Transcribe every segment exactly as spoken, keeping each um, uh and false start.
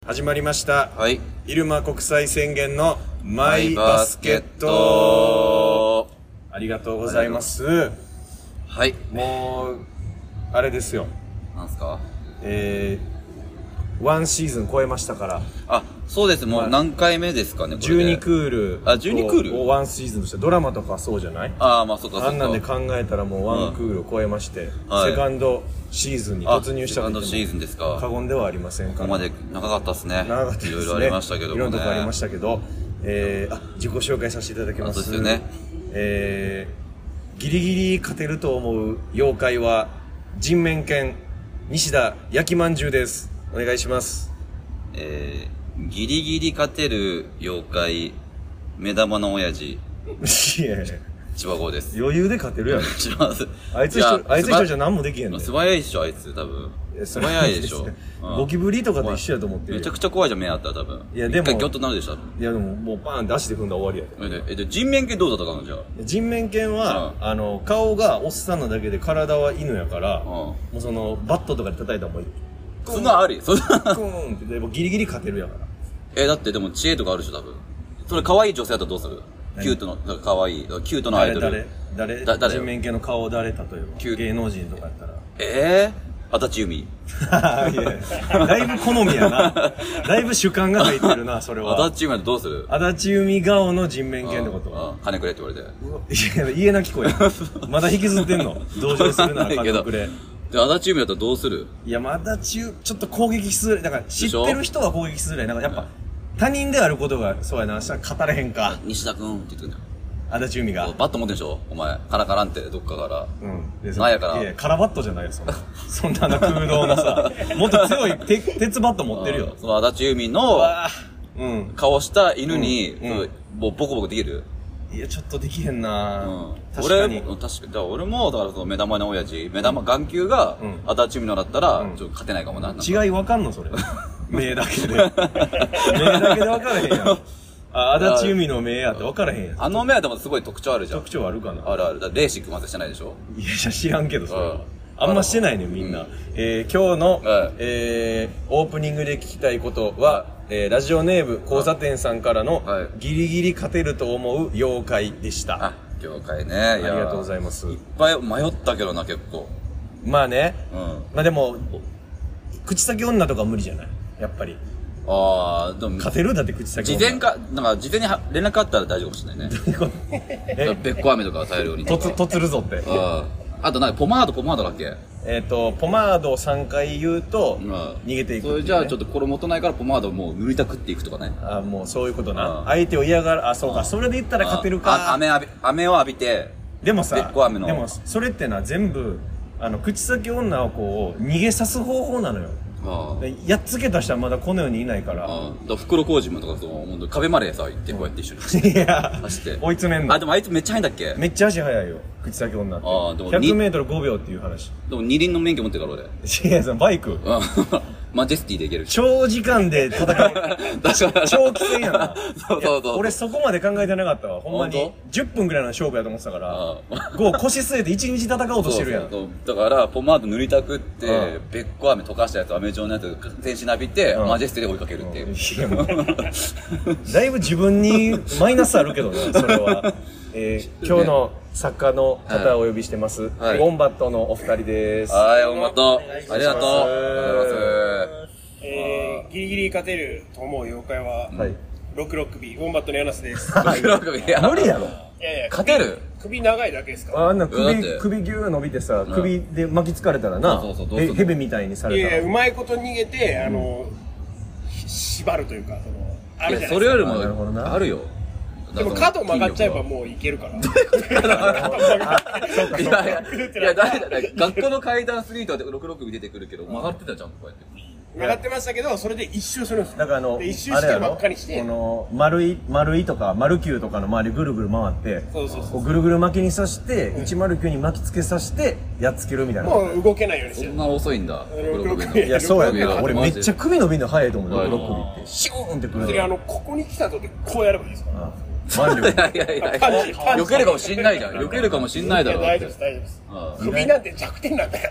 始まりました。 はい。 入間国際宣言のマイバスケット。ありがとうございます。 はい。 もう、あれですよ。 なんすか？ えー、ワンシーズン超えましたから。 あ、そうです。もう何回目ですかね、これで。 じゅうにクール。 あ、じゅうにクールをワンシーズンとして、ドラマとかそうじゃない？ ああ、まあそっかそっか。 あんなんで考えたらもうワンクールを超えまして、 はい、 セカンドシーズンに突入したと言ってもセカンドシーズンですか。 過言ではありませんから。 ここまで長かったっすね。 長かったですね。 いろいろありましたけどもね。 いろんなとこありましたけど、えー、あ、自己紹介させていただきます。 そうですよね。 えー、ギリギリ勝てると思う妖怪は人面犬西田焼きまんじゅうです。お願いします。 えー、ギリギリ勝てる妖怪目玉の親父。 いやいや。 千葉郷です。 余裕で勝てるやん。 知らんす。 あいつ一人、あいつ一人じゃ何もできへんねん。 素早いでしょ、あいつ、多分。素早いでしょ。 ゴキブリとかと一緒やと思ってる。 めちゃくちゃ怖いじゃん、目あったら多分。 いや、でも。 一回ギョッとなるでしょ。いや、でも、もうバーンって足で踏んだら終わりやで。 え、で、人面犬どうだったかな、じゃあ。 人面犬は、あの、顔がおっさんなだけで体は犬やから、もうその、バットとかで叩いたらもう、 そんなありそんな。クーンって、でもギリギリ勝てるやから。 え、だってでも知恵とかあるでしょ、多分。それ可愛い女性だったらどうする？キュートの、可愛い、キュートのアイドル。 誰誰誰人面犬の顔誰例えば芸能人とかやったら。 えぇ、足立由美。いや、だいぶ好みやな。だいぶ主観が入ってるな、それは。 足立由美だとどうする？ 足立由美顔の人面犬ってことは金くれって言われて。 いや、言えな聞こえ。まだ引きずってんの？同情するなら金くれ。 で、足立由美だったらどうする？ いや、まだちゅ、ちょっと攻撃しづらい。だから、知ってる人は攻撃しづらい。なんかやっぱ、他人であることが、そうやな、したら語れへんか。 西田くんって言ってくんだよ。 足立由美が。 バット持ってんでしょお前。カラカラんって、どっかから。 うん。 なんやから。 いや、カラバットじゃないよ、そんな。そんなな空洞なさ、もっと強い鉄バット持ってるよ。 その足立由美の、 うん。 顔した犬に、もうボコボコできる？ いや、ちょっとできへんなぁ。 確かに。俺、確かに。だから俺も、だからその目玉の親父、目玉、眼球が、足立由美のだったら、ちょっと勝てないかもな。 違いわかんのそれ。目だけで。目だけでわからへんやん。あ、足立由美の目やってわからへんやん。 あの目はでもすごい特徴あるじゃん。 特徴あるかな？ あるある。だレーシックまずしてないでしょ？ いや、知らんけど、それは。あんましてないねみんな。えー、今日の、えー、オープニングで聞きたいことは、えー、ラジオネーム交差点さんからの、ギリギリ勝てると思う妖怪でした。 あ、妖怪ね。 ありがとうございます。 いっぱい迷ったけどな、結構。 まあね。 うん。 まあでも、口先女とか無理じゃないやっぱり。 ああ、でも。 勝てるだって口先女。事前か、なんか事前に連絡あったら大丈夫かもしれないね。えべっこ飴とか与えるように。 とつ、とつるぞって。 うん。あとなんかポマード、ポマードだっけ？ えっと、ポマードをさんかい言うと、逃げていく、ね。 それじゃあちょっとこれ元ないからポマードもう塗りたくっていくとかね。 あ、もうそういうことな。相手を嫌がる、あ、そうか、それで言ったら勝てるか。 飴浴び、飴を浴びて、 でもさ、 べっこ飴の。 でも、それってな、全部、あの、口先女の子を逃げさす方法なのよ。やっつけた人はまだこの世にいないから。 ああ。だ袋小路もとか、その、ほんと壁までさ、行ってこうやって一緒に走って。 いや、 走って。 追い詰めんの。 あ、でもあいつめっちゃ速いんだっけ？ めっちゃ足速いよ。口先女って。ああ、でも。ひゃくメートルごびょうっていう話。 でも二輪の免許持ってるから俺。 いや、そのバイク。うん。 マジェスティで行けるし。 長時間で戦う。だから長期戦やな。 そうそうそう。 俺そこまで考えてなかったわ。ほんまに。じゅっぷんぐらいの勝負やと思ってたから。こう腰据えていちにち戦おうとしてるやん。 そうそう。だから、ポマード塗りたくって、べっこ飴溶かしたやつ、飴状のやつ、全身浴びて、マジェスティで追いかけるっていう。 だいぶ自分にマイナスあるけどね、それは。えー、今日の作家の方をお呼びしてます。はい、ウォンバットのお二人です。 はい、ウォンバット。ありがとう。ありがとうございます。 えー、ギリギリ勝てると思う妖怪は、はい、ろくろく首、ウォンバットの柳瀬です。 ろくろく首、 無理やろ。 いやいや、 勝てる？ 首長いだけですか？ あんな首、首ぎゅー伸びてさ、首で巻きつかれたらな、ヘビみたいにされたら。 いやいや、うまいこと逃げて、あの、縛るというか、その、 あるじゃないですか。それよりも、あるよ。 でも角曲がっちゃえばもういけるから。 いやいや、いや、だい学校の階段スリートでろくろく首出てくるけど、曲がってたじゃん、こうやって。 曲がってましたけど、それで一周するんですよ。 だからあの、 一周してばっかりして。 この、丸い、丸いとか、丸きゅうとかの周りぐるぐる回って、 そうそうそう。 ぐるぐる巻きに刺して、いちまるきゅうに巻きつけ刺して、やっつけるみたいな。 もう動けないようにしてる。そんな遅いんだ。 ろくろく首。 いや、そうやね。俺めっちゃ首伸びるの早いと思うよ、ろくろく首って。シューンってくる。 それあの、ここに来たとき、こうやればいいですか？ 腕力。 いやいやいや、避けるかもしんないじゃん。避けるかもしんないだろ。 大丈夫です、大丈夫です。首なんて弱点なんだから。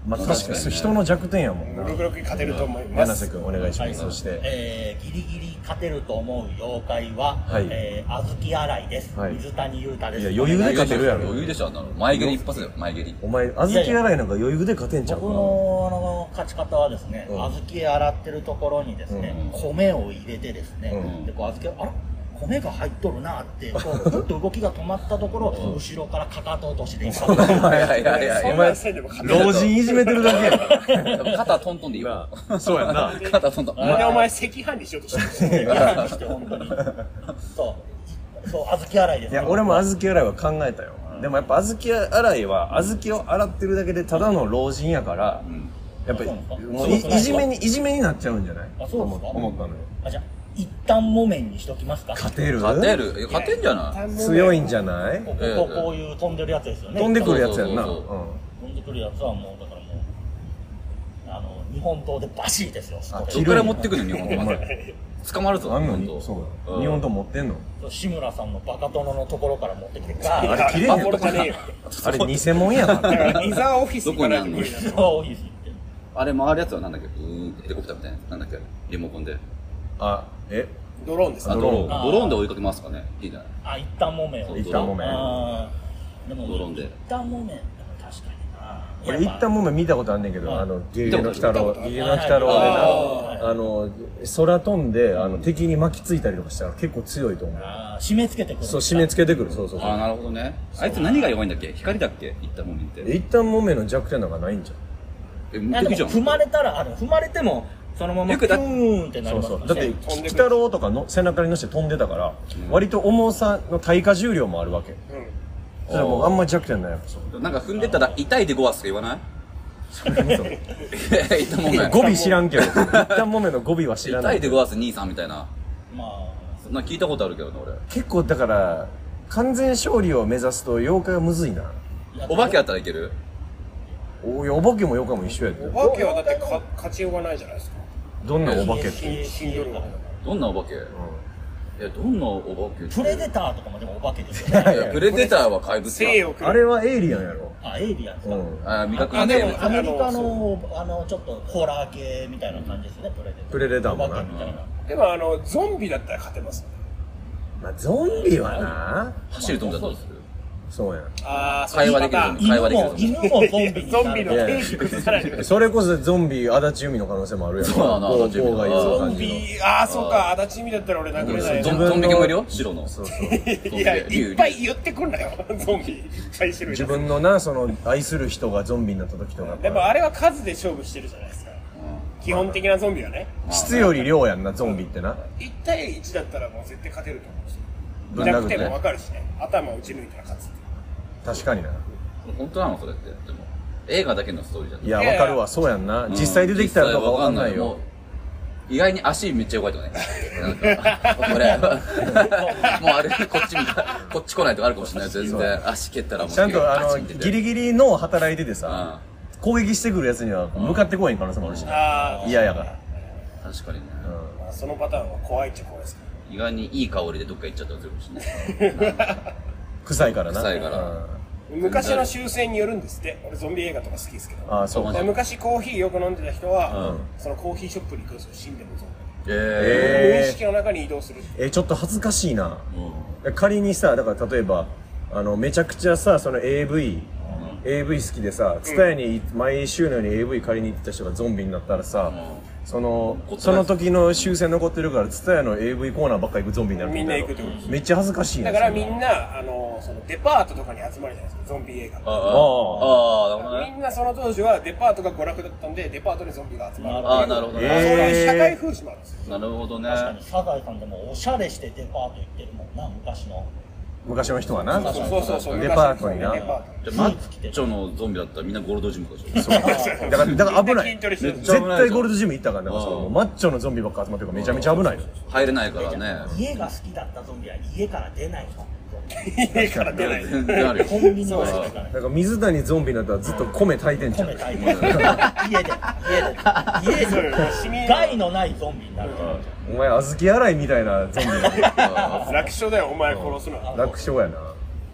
まあ確かに人の弱点やもんな。 ろくろくに勝てると思います。 柳瀬君お願いします。そして、 えー、ギリギリ勝てると思う妖怪は、えー、あずき洗いです。水谷裕太です。 いや余裕で勝てるやろ。 余裕でしょ、あんなの。前蹴り一発だよ、前蹴り。 お前あずき洗いなんか余裕で勝てんちゃうか。 僕のあの勝ち方はですね、あずき洗ってるところにですね、米を入れてですね、でこうあずきあら米が入っとるなってこうちょっと動きが止まったところ、後ろからかかと落としでいく。 お前老人いじめてるだけや。 肩トントンでいいわ。 そうやな。 肩トントン。 なんでお前赤飯にしようとしてる。 赤飯にして本当に。そうそう小豆洗いです。 いや俺も小豆洗いは考えたよ。でもやっぱ小豆洗いは小豆を洗ってるだけでただの老人やから、やっぱりもういじめにいじめになっちゃうんじゃない？ あそうですか。 思ったのよ。 あじゃあ一旦木綿にしときますか。 勝てる？ 勝てる？勝てんじゃない？ 強いんじゃない？ こここういう飛んでるやつですよね。 飛んでくるやつやんな。 飛んでくるやつはもうだからもうあの日本刀でバシーですよ。 どっから持ってくるの日本刀？捕まるぞ。 あんのに？そう日本刀持ってんの？ 志村さんのバカ殿のところから持ってきてガーあれ切れへんの？あれ偽物やから。 伊沢オフィスどこにあんの？ 伊沢オフィス行って。 あれ回るやつはなんだっけ？うーんヘリコプターみたいななんだっけ？リモコンで。 あえ？ ドローンですか？ ドローン。ドローンで追いかけますかね。いいじゃない。 あ一旦木綿を。 一旦木綿。 でもドローンで。 一旦木綿確かにな。 俺一旦木綿見たことあんねんけど、あのゲゲの鬼太郎、ゲゲの鬼太郎でな、あの空飛んであの敵に巻きついたりとかしたら結構強いと思う。 あ締め付けてくる。 そう締め付けてくる。そうそうそう。 あなるほどね。あいつ何が弱いんだっけ？光だっけ？一旦木綿って。 一旦木綿の弱点なんかないんじゃん。 え無敵じゃん。 踏まれたらあの踏まれてもそのままピューンってなりますそうそう。だって鬼太郎とかの背中に乗せて飛んでたから、割と重さの対荷重量もあるわけ。それはもうあんまり弱点ないやん。なんか踏んでたら痛いでごわすとか言わない？一旦木綿。 語尾知らんけど。一旦木綿の語尾は知らない。 痛いでごわす兄さんみたいな。 まあそんな聞いたことあるけどね俺。 結構だから完全勝利を目指すと妖怪はむずいな。 お化けやったらいける？ おいやお化けも妖怪も一緒やで。 お化けはだってか勝ちようがないじゃないですか。 どんなお化けって？ 死んどるわ。 どんなお化け？えどんなお化け？ プレデターとかもでもお化けですよね。 いやプレデターは怪物だ。 あれはエイリアンやろ。 あエイリアンですか。 あ味覚あでもアメリカのあのちょっとホラー系みたいな感じですねプレデター。 プレデターもな。 でもあのゾンビだったら勝てます。 まあゾンビはな。 走り飛んだらどうする？ そうや。 ああ会話できるゾンビ。会話できるゾンビ。 犬もゾンビ。 ゾンビの定義崩さないで。 それこそゾンビ足立由美の可能性もあるやん。 そうだな。 ゾンビああそうか足立由美だったら俺殴れない。 ゾンビ系もいるよ白の。 そうそう。いやいっぱい言ってくんなよゾンビ。 自分のなその愛する人がゾンビになった時とか。 でもあれは数で勝負してるじゃないですか。基本的なゾンビはね。 質より量やんなゾンビってな。 いち対いちだったらもう絶対勝てると思うんですよ。弱点も分かるしね。頭打ち抜いたら勝つ。 確かにな。 本当なのそれって。でも映画だけのストーリーじゃん。 いや分かるわそうやんな。実際出てきたらどうか分かんないよ。 意外に足めっちゃ弱いとかね。なんかこれもうあれこっち見たこっち来ないとかあるかもしれない。全然足蹴ったらもうちゃんとあのギリギリの働いててさ攻撃してくるやつには向かってこいん可能性もあるし嫌やから。 確かにね。 そのパターンは怖いっちゃ怖いですから。 意外にいい香りでどっか行っちゃったりするかもしれない。 臭いからな。 臭いから昔の習性によるんですって。俺ゾンビ映画とか好きですけど。 ああそうか。 昔コーヒーよく飲んでた人はそのコーヒーショップに行くんですよ。死んでもゾンビ。 え無意識の中に移動する。 えちょっと恥ずかしいな。仮にさだから例えばあのめちゃくちゃさその エーブイ エーブイ 好きでさツタヤに毎週のように エーブイ 借りに行ってた人がゾンビになったらさそのその時の終戦残ってるからツタヤの エーブイ コーナーばっか行くゾンビになる。 みんな行くってことです。 めっちゃ恥ずかしいな。 だからみんなあのそのデパートとかに集まるじゃないですかゾンビ映画。 ああなるほどね。 みんなその当時はデパートが娯楽だったんでデパートにゾンビが集まる。 ああなるほどね。 そういう社会風刺もあるんですよ。 なるほどね。 確かにサザエさんでもおしゃれしてデパート行ってるもんな昔の。 昔の人はな。 そうそうそうそう。 デパートにな。 じゃあマッチョのゾンビだったらみんなゴールドジムかしら。 そうだからだから危ない。絶対ゴールドジム行ったからなんかそうマッチョのゾンビばっか集まってるからめちゃめちゃ危ないの。 入れないからね。 家が好きだったゾンビは家から出ないの。 家から出ない。 全然あるよ。 コンビニは好きだから。 なんか水谷ゾンビになったらずっと米炊いてんじゃん。 米炊いてる。家で家で家で害のないゾンビになる。 お前小豆洗いみたいなゾンビ。 楽勝だよお前殺すのは。 楽勝やな。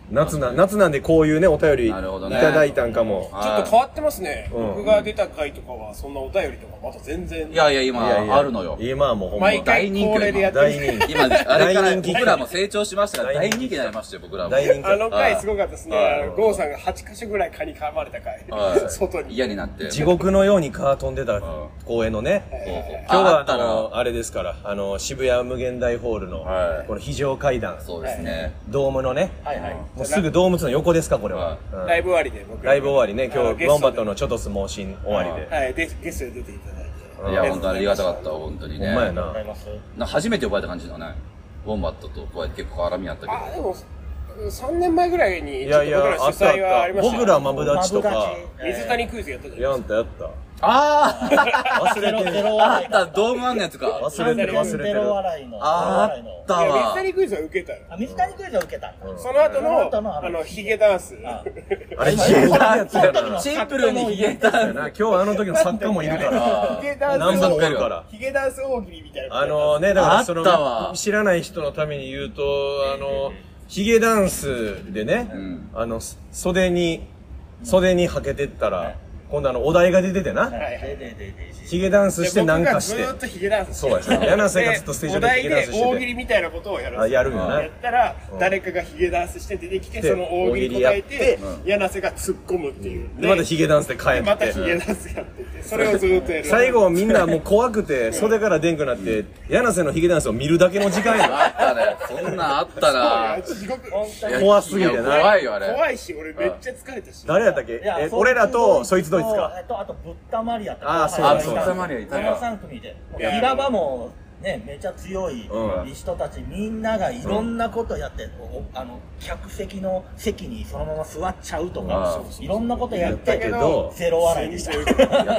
夏な、夏なんでこういうね、お便りいただいたんかも。 ちょっと変わってますね。僕が出た回とかは、そんなお便りとかまた全然。 いやいや、今、あるのよ。 今はもうほんま毎回恒例でやって大人気。 今、あれから僕らも成長しましたから、大人気になりましたよ、僕らも。 大人気。 あの回すごかったですね。ゴーさんがはちかしょぐらい蚊に噛まれた回。外に。 嫌になって。 地獄のように蚊飛んでた公園のね。今日は、あの、あれですから、あの、渋谷無限大ホールの、この非常階段。 そうですね。 ドームのね。もうすぐドームツーの横ですか、これは。 ライブ終わりで僕ライブ終わりね、今日、ウォンバットのちょっと相撲シーン終わりで。 はい、で、ゲストで出ていただいて。 いや、本当ありがたかった、本当にね。 ほんまやな。 な初めて呼ばれた感じだね。ウォンバットとこうやって結構絡みあったけど。 あ、でも、さんねんまえぐらいに、 いやいや、 主催はありました。 僕らマブダチとか。 水谷クイズやったじゃないですか。 やんたやった。 ああ忘れてる。 あった、ドームあんのやつか。 忘れてる、忘れてる。 あったわ。 水谷クイズは受けたよ。 あ、水谷クイズは受けた。 その後の、あの、ヒゲダンス。 あれ、ヒゲダンスやな。 シンプルにヒゲダンス。 今日はあの時の作家もいるから。 ヒゲダンス。 何本もいるから。 ヒゲダンス大喜利みたいな。 あのね、だからその、知らない人のために言うと、あの、ヒゲダンスでね、あの、袖に、袖にはけてったら、今度あの、お題が出ててな。ヒゲダンスしてなんかして。 ずっとヒゲダンス。 そうですね。柳瀬がずっとステージでヒゲダンスしてて。 お題で大喜利みたいなことをやる。 やるよな。 やったら、誰かがヒゲダンスして出てきて、その大喜利答えて、柳瀬が突っ込むっていう。 で、またヒゲダンスで帰って。 またヒゲダンスやってて、それをずっとやる。 最後みんなもう怖くて、袖から出んくなって、柳瀬のヒゲダンスを見るだけの時間や。 あったね。そんなんあったな。 怖すぎてな。 怖いよ、あれ。 怖いし、俺めっちゃ疲れたし。 誰やったっけえ、俺らと、そいつどいつか。 えっと、あと、ブッダマリアって。 ああ、そうブッダマリアいたよ。さん組で。平場も、ね、めちゃ強い人たち、みんながいろんなことやって、あの、客席の席にそのまま座っちゃうとか、いろんなことやったけど、ゼロ笑いでした。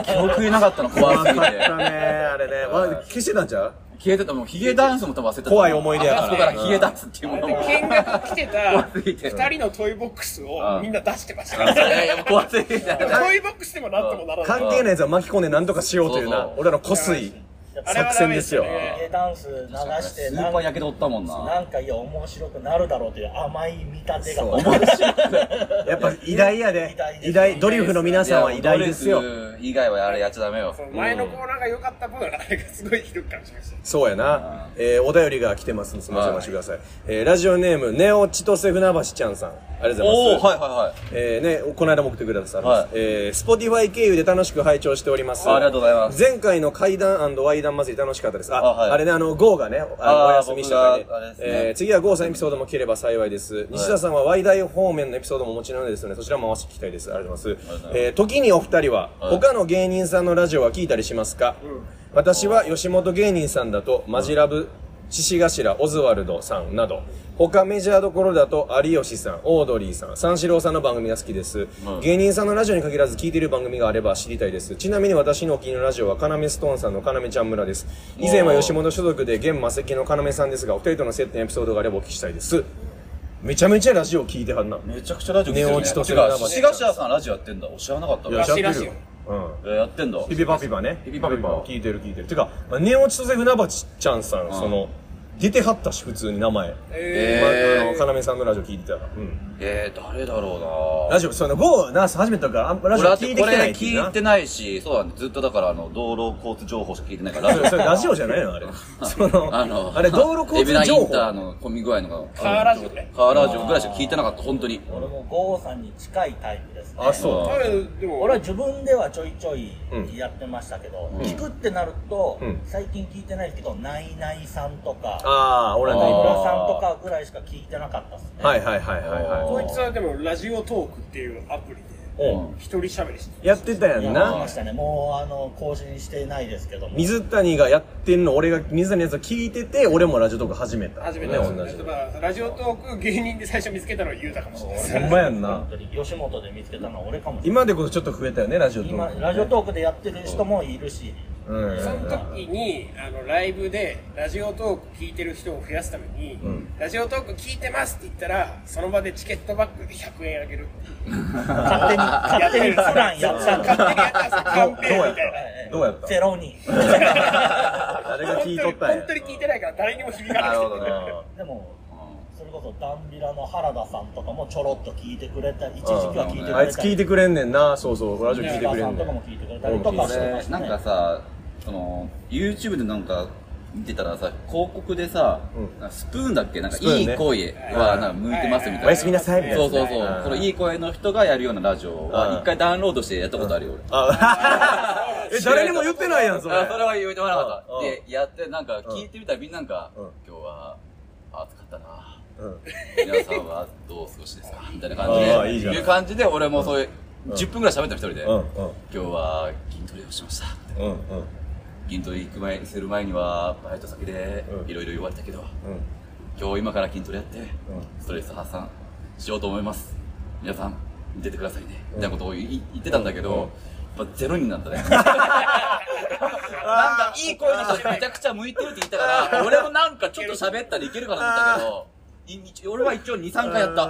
記憶になかったの、怖すぎて。 怖かったね、あれね。消してたんちゃう消えてた、もうヒゲダンスも多分忘れてた。 怖い思い出やから。 あそこからヒゲダンスっていうものも。 見学来てた二人のトイボックスをみんな出してました。 いやいや、怖すぎて。 トイボックスでもなんともならない。 関係ないやつは巻き込んで何とかしようというな、俺らのこすい作戦ですよ。 ヒゲダンス流して、 スーパー焼けどったもんな。 なんかいや、面白くなるだろうという甘い見立てが。 面白い。 やっぱ偉大やで。偉大、ドリフの皆さんは偉大ですよ。 以外はあれやっちゃダメよ。 前のコーナーが良かった分、あれがすごいひどく感じました。 そうやな。えー、お便りが来てますんで、すみません、お待ちください。えー、ラジオネーム、ネオ千歳船橋ちゃんさん。ありがとうございます。 おー、はいはいはい。 えー、ね、この間も送ってくださいます。えー、スポティファイ経由で楽しく拝聴しております。 ありがとうございます。 前回の怪談&ワイダン祭り楽しかったです。あ、あれね、あの、ゴーがね、お休みしたからね。えー、次はゴーさんエピソードも聞ければ幸いです。西田さんはワイダイ方面のエピソードもお持ちなのですので、そちらも合わせて聞きたいです。ありがとうございます。えー、時にお二人は、他の芸人さんのラジオは聞いたりしますか？私は吉本芸人さんだと、マジラブ、獅子頭、オズワルドさんなど、他メジャーどころだと有吉さん、オードリーさん、三四郎さんの番組が好きです、うん、芸人さんのラジオに限らず聞いている番組があれば知りたいです。ちなみに私のお気に入りのラジオはカナメストーンさんのカナメちゃん村です。以前は吉本所属で現魔石のカナメさんですが、お二人との接点エピソードがあればお聞きしたいです。めちゃめちゃラジオ聞いてはんな。 めちゃくちゃラジオ聞いてる、ね、 ネオチとセルナバシ。 獅子頭さんラジオやってんだ。知らなかった。 いや、知ってるよ。 うん。やってんだ。 ピピパピパね。 ピピパピパ。 聞いてる聞いてる。てか、まあ、ネオチとセ船橋ちゃんさん、その、出てはったし、普通に名前。えー。まあ、あの、かなめさんのラジオ聞いてたら。うん。 えー、誰だろうなラジオ、その、ゴー、ナース始めたから、あんまラジオ聞いてきてない。これ聞いてないし、そうだね。ずっとだから、あの、道路交通情報しか聞いてないから。 それラジオじゃないのあれ。その、あの、あれ、道路交通情報。エビナインターの混み具合のが。 カーラジオね。 カーラジオぐらいしか聞いてなかった、本当に。 俺もゴーさんに近いタイプですね。 あ、そう。 俺は自分ではちょいちょいやってましたけど、聞くってなると、最近聞いてないけど、ナイナイさんとか、 ああ、俺はナイナイさんとかぐらいしか聞いてなかったっすね。 はいはいはいはいはい。 こいつはでも、ラジオトークっていうアプリで、一人喋りしてやってたやんな。 やってましたね。もう、あの、更新してないですけども。 水谷がやってんの、俺が水谷のやつを聞いてて、俺もラジオトーク始めた。 始めた。同じ。ラジオトーク芸人で最初見つけたのは言うたかもしれないです。 ほんまやんな。 吉本で見つけたのは俺かもしれない。 今でこそちょっと増えたよね、ラジオトーク。 今、ラジオトークでやってる人もいるし。 その時にあのライブでラジオトーク聞いてる人を増やすために、うん、ラジオトーク聞いてますって言ったらその場でチケットバッグでひゃくえんあげるっていう勝手に勝手にプランやった勝手にやったんですよ。キャンペーンみたいな。 どうやったゼロに誰が聞いとったんや。 本当に聞いてないから誰にも響かなくて。 でもそれこそダンビラの原田さんとかもちょろっと聞いてくれたり、一時期は聞いてくれたり、 あいつ聞いてくれんねんな。そうそうラジオ聞いてくれんねん。 とかも聞いてくれたりとかしてましたね。 なんかさ、その YouTube でなんか見てたらさ、広告でさ、スプーンだっけ、なんかいい声はなんか向いてますみたいな。 おやすみなさいみたいな。 そうそうそう。そのいい声の人がやるようなラジオは一回ダウンロードしてやったことあるよ。 え、誰にも言ってないやん、それ。 それは言ってもらわなかった。で、やってなんか聞いてみたらみんななんか、今日は暑かったな。皆さんはどうお過ごしですかみたいな感じで、いいいう感じで俺もそういうじゅっぷんぐらい喋った一人で、今日は筋トレをしました。筋トレ行く前する前にはバイト先でいろいろ言われたけど、今日今から筋トレやってストレス発散しようと思います。皆さん見ててくださいねみたいなことを言ってたんだけど、やっぱゼロになったね。なんかいい声の人めちゃくちゃ向いてるって言ったから俺もなんかちょっと喋ったらいけるかなと思ったけど、俺は一応に、さんかいやった。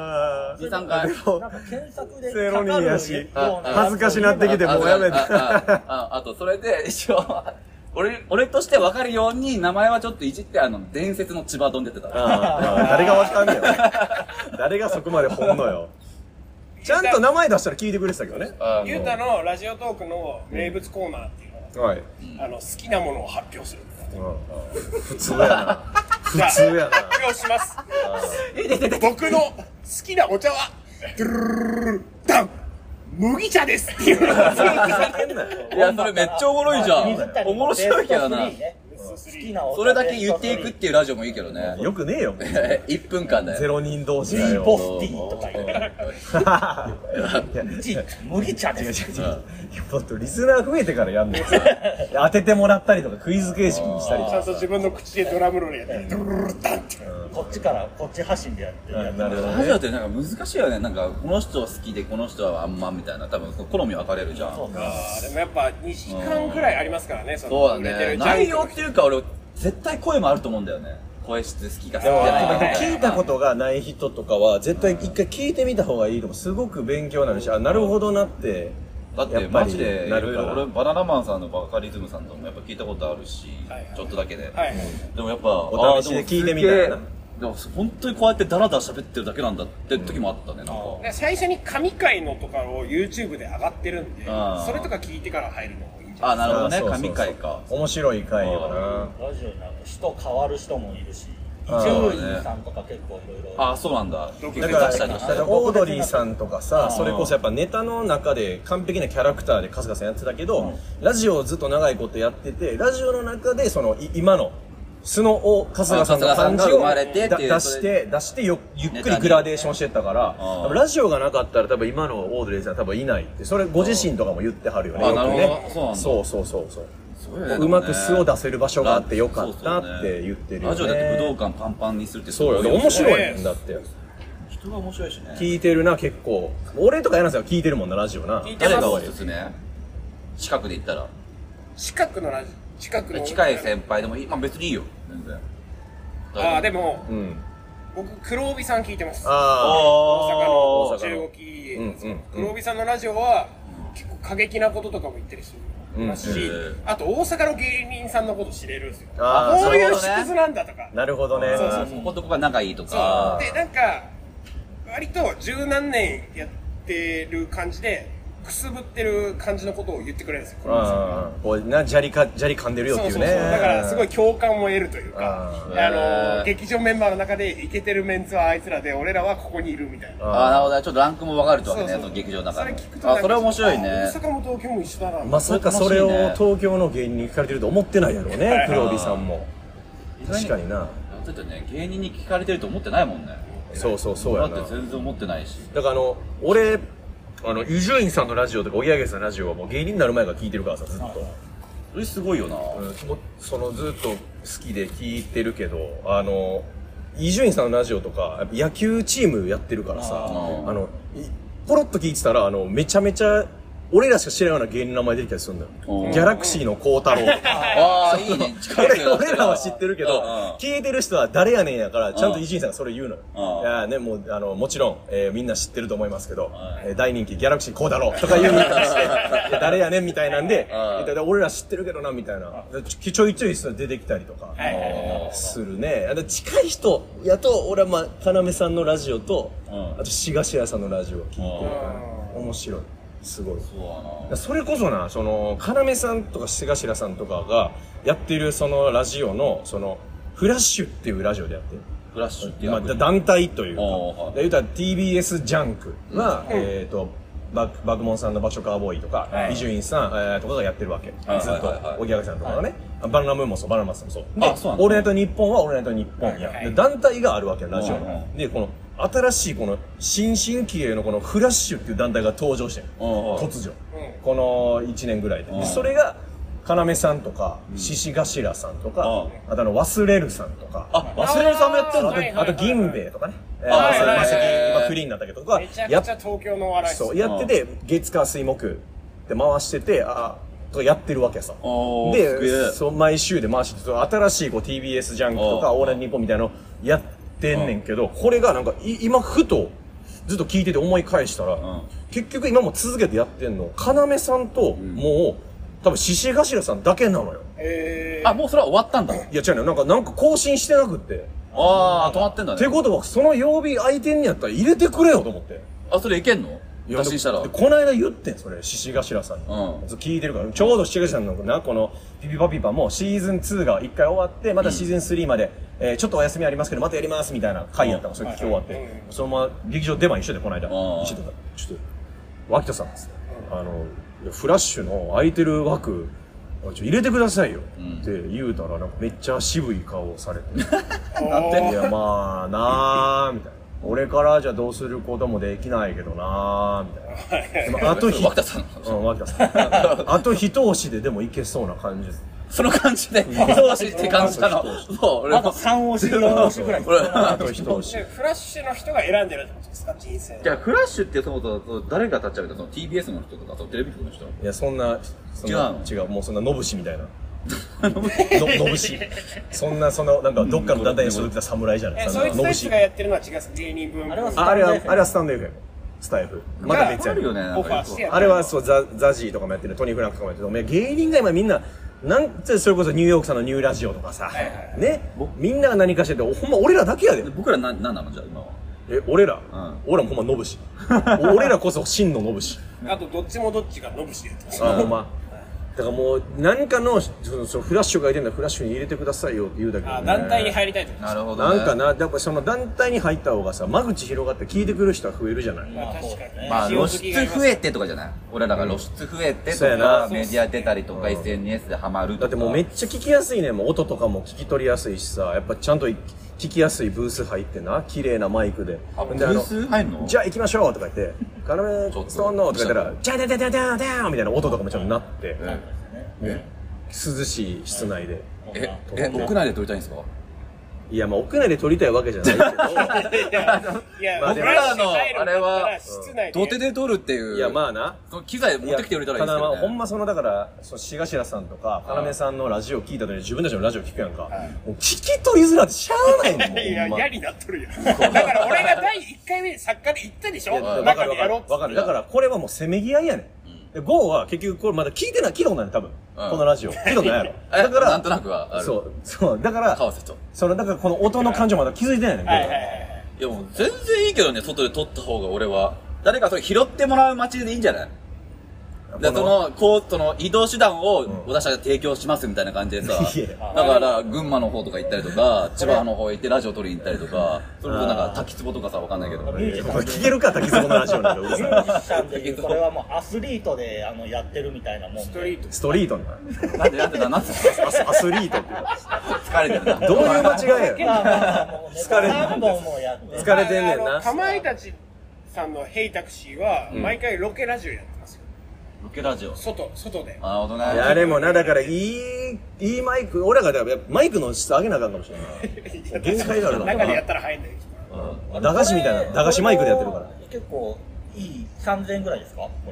に、さんかい。 なんか検索でゼロにやし、恥ずかしなってきてもうやめて。 あと、それで一応、俺、俺として分かるように名前はちょっといじって、あの、伝説の千葉丼出てた。 誰が分かんねえよ。誰がそこまで本のよ。ちゃんと名前出したら聞いてくれてたけどね。 ゆうたのラジオトークの名物コーナーっていうのは、あの、好きなものを発表する。 普通やな。普通やな。 発表します。僕の好きなお茶は、ドゥルルルルダン麦茶ですっていう。いや、それめっちゃおもろいじゃん。おもろしろいけどな。それだけ言っていくっていうラジオもいいけどね。 よくねえよ。 いっぷんかんだよ。 ゼロ人同士だよ。 ポスティーとか言う。麦茶です。 もっとリスナー増えてからやんのよ。当ててもらったりとかクイズ形式にしたりとか。 ちゃんと自分の口でドラムロールやって、ドゥルルルダンって。 こっちからこっち発信でやってる。 なるほど。 ラジオってなんか難しいよね。なんかこの人は好きでこの人はあんまみたいな、多分好み分かれるじゃん。 そうか。でもやっぱにじかんくらいありますからね。 そうだね。内容っていうか俺絶対声もあると思うんだよね。声質好きか好きじゃないか。 聞いたことがない人とかは絶対一回聞いてみた方がいいと思う。すごく勉強になるし、あ、なるほどなって。 だってマジでいろいろ俺バナナマンさんのバカリズムさんともやっぱ聞いたことあるし、ちょっとだけで。でもやっぱお試しで聞いてみたいな。 でも本当にこうやってダラダラ喋ってるだけなんだって時もあったね。なんか最初に神回のとかを YouTube で上がってるんで、それとか聞いてから入るのもいいんじゃないですか。 あ、なるほどね。神回か。 面白い回よな。 ラジオになると人変わる人もいるし、伊集院さんとか結構いろいろ。 あ、そうなんだ。 だからオードリーさんとかさ、それこそやっぱネタの中で完璧なキャラクターで春日さんやってたけど、ラジオをずっと長いことやってて、ラジオの中でその今の素の春日さんの感じを出して出してよゆっくりグラデーションしてったから、ラジオがなかったら多分今のオードリーさん多分いないって、それご自身とかも言ってはるよね。 あ、なるほど。 そうそうそうそう。うまく素を出せる場所があってよかったって言ってるよね。 ラジオだって武道館パンパンにするってそうよ。面白いんだって。 人が面白いしね。 聞いてるな結構。俺とかやらせは聞いてるもんなラジオな。 誰がおすすめ？近くで言ったら。 近くのラジオ。近くの。 近い先輩でもいい。まあ別にいいよ。全然。 ああでも僕黒帯さん聞いてます。 ああ大阪の中国黒帯さんのラジオは結構過激なこととかも言ってるし。ますし、あと大阪の芸人さんのこと知れるんですよ。こういう縮図なんだとか。 なるほどね。 そうそうそう。こことこが仲いいとか。 でなんか割と十何年やってる感じでくすぶってる感じのことを言ってくれるんですよ。 こうな砂利か砂利噛んでるよっていうね。 だからすごい共感を得るというか、あの劇場メンバーの中でイケてるメンツはあいつらで、俺らはここにいるみたいな。 ああ、なるほど。ちょっとランクも分かるとわけね。その劇場の中で。あ、それ面白いね。 大阪も東京も一緒だな。 まさかそれを東京の芸人に聞かれてると思ってないやろうね。黒帯さんも。確かにな。 だってね、芸人に聞かれてると思ってないもんね。 そうそうそうやな。 だって全然思ってないし。 だからあの俺あの伊集院さんのラジオとかおぎやはぎさんのラジオはもう芸人になる前から聞いてるからさ、ずっと。 それすごいよな。 うん、そのずっと好きで聞いてるけど、あの伊集院さんのラジオとか野球チームやってるからさ、あのポロッと聞いてたらあのめちゃめちゃ俺らしか知らないような芸人の名前出てきたりするんだよ。ギャラクシーの孝太郎とか。 ああ、いいね。 俺らは知ってるけど、聞いてる人は誰やねんやから、ちゃんと伊集院さんがそれ言うのよ。いやね、もう、あの、もちろん、えー、みんな知ってると思いますけど、えー、大人気ギャラクシー孝太郎とか言うみたいして、誰やねんみたいなんで、俺ら知ってるけどな、みたいな。ちょいちょい出てきたりとか、するね。近い人やと、俺はまあ、要さんのラジオと、あと、しがしらさんのラジオを聞いてるから、面白い。すごい。そうそれこそな、その、要さんとかしがしらさんとかがやってるそのラジオの、その、フラッシュっていうラジオでやってる。 フラッシュっていうまあ、団体というか、言うたら ティービーエス ジャンクは、うん、えっ、ー、と、バクモンさんの場所カーボーイとか、伊集院さん、えー、とかがやってるわけ。はい、ずっと、おぎやはぎさんとかがね、はい、バナナムーンもそう、バナナマスもそう。で、オールナイトニッポンはオールナイトニッポンや。はい、で団体があるわけよ、ラジオの。で、この、新しいこの新進気鋭のこのフラッシュっていう団体が登場してん突如このいちねんぐらいでそれが要さんとか獅子頭さんとかあとあの忘れるさんとかあ忘れるさんもやってんのあと銀兵衛とかね今フリーになったけどとかめちゃくちゃ東京の笑いそうやってて月火水木で回しててあとやってるわけさでそう毎週で回してて新しいこう ティービーエス ジャンクとかオールナイトニッポンみたいなのやっててんねんけど、これがなんか今ふとずっと聞いてて思い返したら、うん、結局今も続けてやってんの要さんと、うん、もう多分獅子頭さんだけなのよ。 えー、あもうそれは終わったんだ。 いや違うねなんかなんか更新してなくってああ止まってんだねってことはその曜日空いてんやったら入れてくれよと思ってあそれいけんの打診したらこの間言ってんそれ獅子頭さんに、うん、聞いてるからちょうど獅子頭さんのなこのピピパピパもシーズンツーが一回終わってまたシーズンスリーまで、うんえー、ちょっとお休みありますけどまたやりますみたいな回やったの、うん、それ聞き終わって、はいはい、そのまま劇場出番一緒でこの間一緒でちょっと脇田さんですね、うん、あのフラッシュの空いてる枠ちょ入れてくださいよって言うたらなんかめっちゃ渋い顔をされてなんていやまあなーみたいな俺からじゃどうすることもできないけどなーみたいなでもあとひ脇田さんうん脇田さんあと一押しででもいけそうな感じですその感じで一押しって感じなのそう俺もさん押しよん押しぐらいあと一押しフラッシュの人が選んでるってことですか人生じゃあフラッシュってそもそも誰が立ち上げたその ティービーエス の人とかテレビ局の人いやそんなそんな違うもうそんなのぶしみたいなのぶしそんなそのなんかどっかの団体に所属した侍じゃないですかそいつたちがやってるのは違う芸人分あれはあれはあれはスタンド エフエムスタイフまた別やねんあれはそうザザジーとかもやってるトニー・フランクとかもやってる芸人が今みんななんてそれこそニューヨークさんのニューラジオとかさねみんなが何かしててほんま俺らだけやで僕ら何なのじゃあ今はえ俺ら俺らもほんまのぶし俺らこそ真ののぶしあとどっちもどっちがのぶしでやってますあほんまだからもう何かのそのそのフラッシュがいてんだフラッシュに入れてくださいよって言うだけど、ね、 あ団体に入りたいってことなるほど、ね、 なんかなやっぱその団体に入った方がさ間口広がって聞いてくる人は増えるじゃない、 まあ確かにねまあ露出増えてとかじゃない俺らが露出増えてとか、うん、メディア出たりとか、うん、エスエヌエス でハマるとかだってもうめっちゃ聞きやすいねもう音とかも聞き取りやすいしさやっぱちゃんと聞きやすいブース入ってな綺麗なマイクであブース入んのじゃあ行きましょうとか言って「カラメストーンの」とか言ったら「ジャダダダダダー」みたいな音とかもちゃんとなって、うんね、涼しい室内でええ屋内で撮りたいんですかいやまあ屋内で撮りたいわけじゃないけどいや僕らのあれは土手で撮るっていういやまあなその機材持ってきて売れたらいいですけどねほんまそのだから獅子頭さんとか要さんのラジオ聞いた時に自分たちのラジオ聞くやんかもう聞き取りづらってしゃあないもんいや嫌になっとるよだから俺がだいいっかいめで作家で言ったでしょ中でやろうってわかるだからこれはもうせめぎ合いやねんゴーは結局これまだ聞いてない聞いたことない多分、うん、このラジオ聞いたことないやろだからなんとなくはあるそうそうだから川瀬とそのだからこの音の感情まだ気づいてないねん、はいはいはい、 いやもう全然いいけどね外で撮った方が俺は誰かそれ拾ってもらう街でいいんじゃないでそのこうその移動手段を私たちが提供しますみたいな感じでさ、うん、だから群馬の方とか行ったりとか千葉の方行ってラジオ撮りに行ったりとかそれこそなんか滝壺とかさわかんないけど聞けるか滝壺のラジオなんだミュージシャンでいうこれはもうアスリートであのやってるみたいなもんストリートストリートななんでなんでなんでアスリートって疲れてるなどういう間違いや疲れてんねん疲れてんねんなかまいたちさんのヘイタクシーは毎回ロケラジオやってますよロケラジオ外外でなるほどねいやでもなだからいいいいマイク俺らがマイクの質上げなあかんかもしれない限界があるな中でやったら入んないうん駄菓子みたいな駄菓子マイクでやってるから結構いいさんぜんえんぐらいですかこれ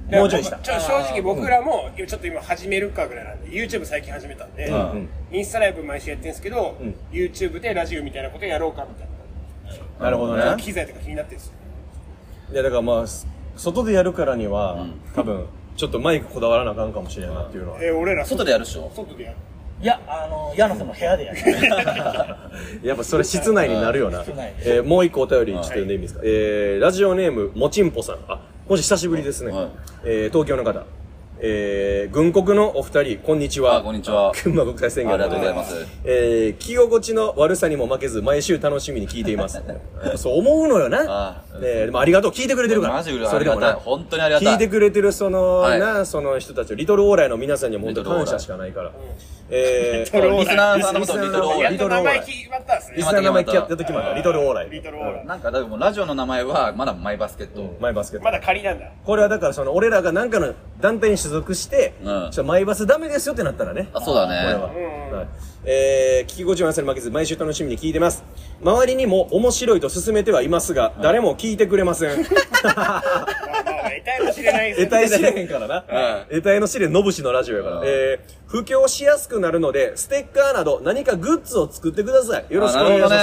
もうちょいした。 正直僕らもちょっと今始めるかぐらいなんで YouTube 最近始めたんで、インスタライブ毎週やってるんですけど、YouTube でラジオみたいなことやろうかみたいな。なるほどね。 機材とか気になってるんですよ。 いやだからまあ外でやるからには多分ちょっとマイクこだわらなあかんかもしれんなっていうのは。 え俺ら外でやるっしょ？ 外でやる。 いや、あの、矢野さんの部屋でやる。 やっぱそれ室内になるよな。えー、もう一個お便りちょっと読んでいいですか。えー、ラジオネームもちんぽさん。あ、もし久しぶりですね。えー、東京の方。えー、軍国のお二人、こんにちは。 あ、こんにちは。 群馬国際宣言。 ありがとうございます。 えー、着心地の悪さにも負けず、毎週楽しみに聞いています。そう思うのよな。 あえー、でもありがとう。聞いてくれてるから。 マジでそれでもな。 本当にありがたい。 聞いてくれてるその、はい、な、その人たち、リトルオーライの皆さんにも本当に感謝しかないから。 えー、リスナーさんのことリトルオーライ。 リトルオーライ。リスナーの名前やった時までリトルオーライ。 リトルオーライ。 なんか、だからもうラジオの名前は、まだマイバスケット。 マイバスケット。 まだ仮なんだ。 これはだからその、俺らがなんかの団体に所属して、ちょマイバスダメですよってなったらね。 あ、そうだね。これは。 えー、聞き心地の悪さに負けず、毎週楽しみに聞いてます。周りにも面白いと勧めてはいますが、誰も聞いてくれません。 得体の知れない得体知れへんからな。得体の知れんのぶしのラジオやから。えー、布教しやすくなるので、ステッカーなど何かグッズを作ってください。よろしくお願いします。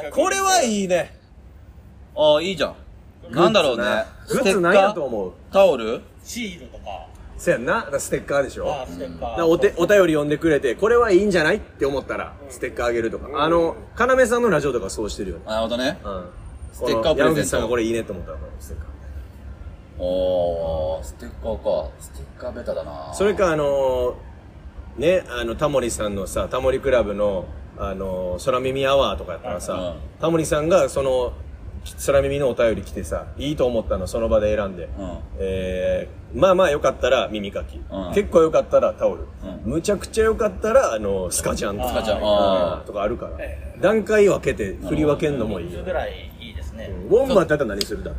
これはいいね。 ああ、いいじゃん。なんだろうね。 グッズ何やと思う？ タオル？ シールとか。 そやんな。ステッカーでしょ。 ああ、ステッカー。 お手、お便り読んでくれて、これはいいんじゃないって思ったら、ステッカーあげるとか。あの、かなめさんのラジオとかそうしてるよね。 なるほどね。 うん。 ステッカープレゼント。 山口さんがこれいいねと思ったら、ステッカー。おー、ステッカーか。ステッカーベタだな。 それか、あのー、ね、あの、タモリさんのさ、タモリクラブの、あのー、空耳アワーとかやったらさ、うん、タモリさんが、その、空耳のお便り来てさ、いいと思ったのその場で選んで、うん、えー、まあまあよかったら耳かき、うん、結構よかったらタオル、うん、むちゃくちゃよかったら、あの、スカジャンとか、スカジャンとかあるから、段階分けて振り分けんのもいいよね。 ぐらいいいですね。 ウォンバットだったら何するだって。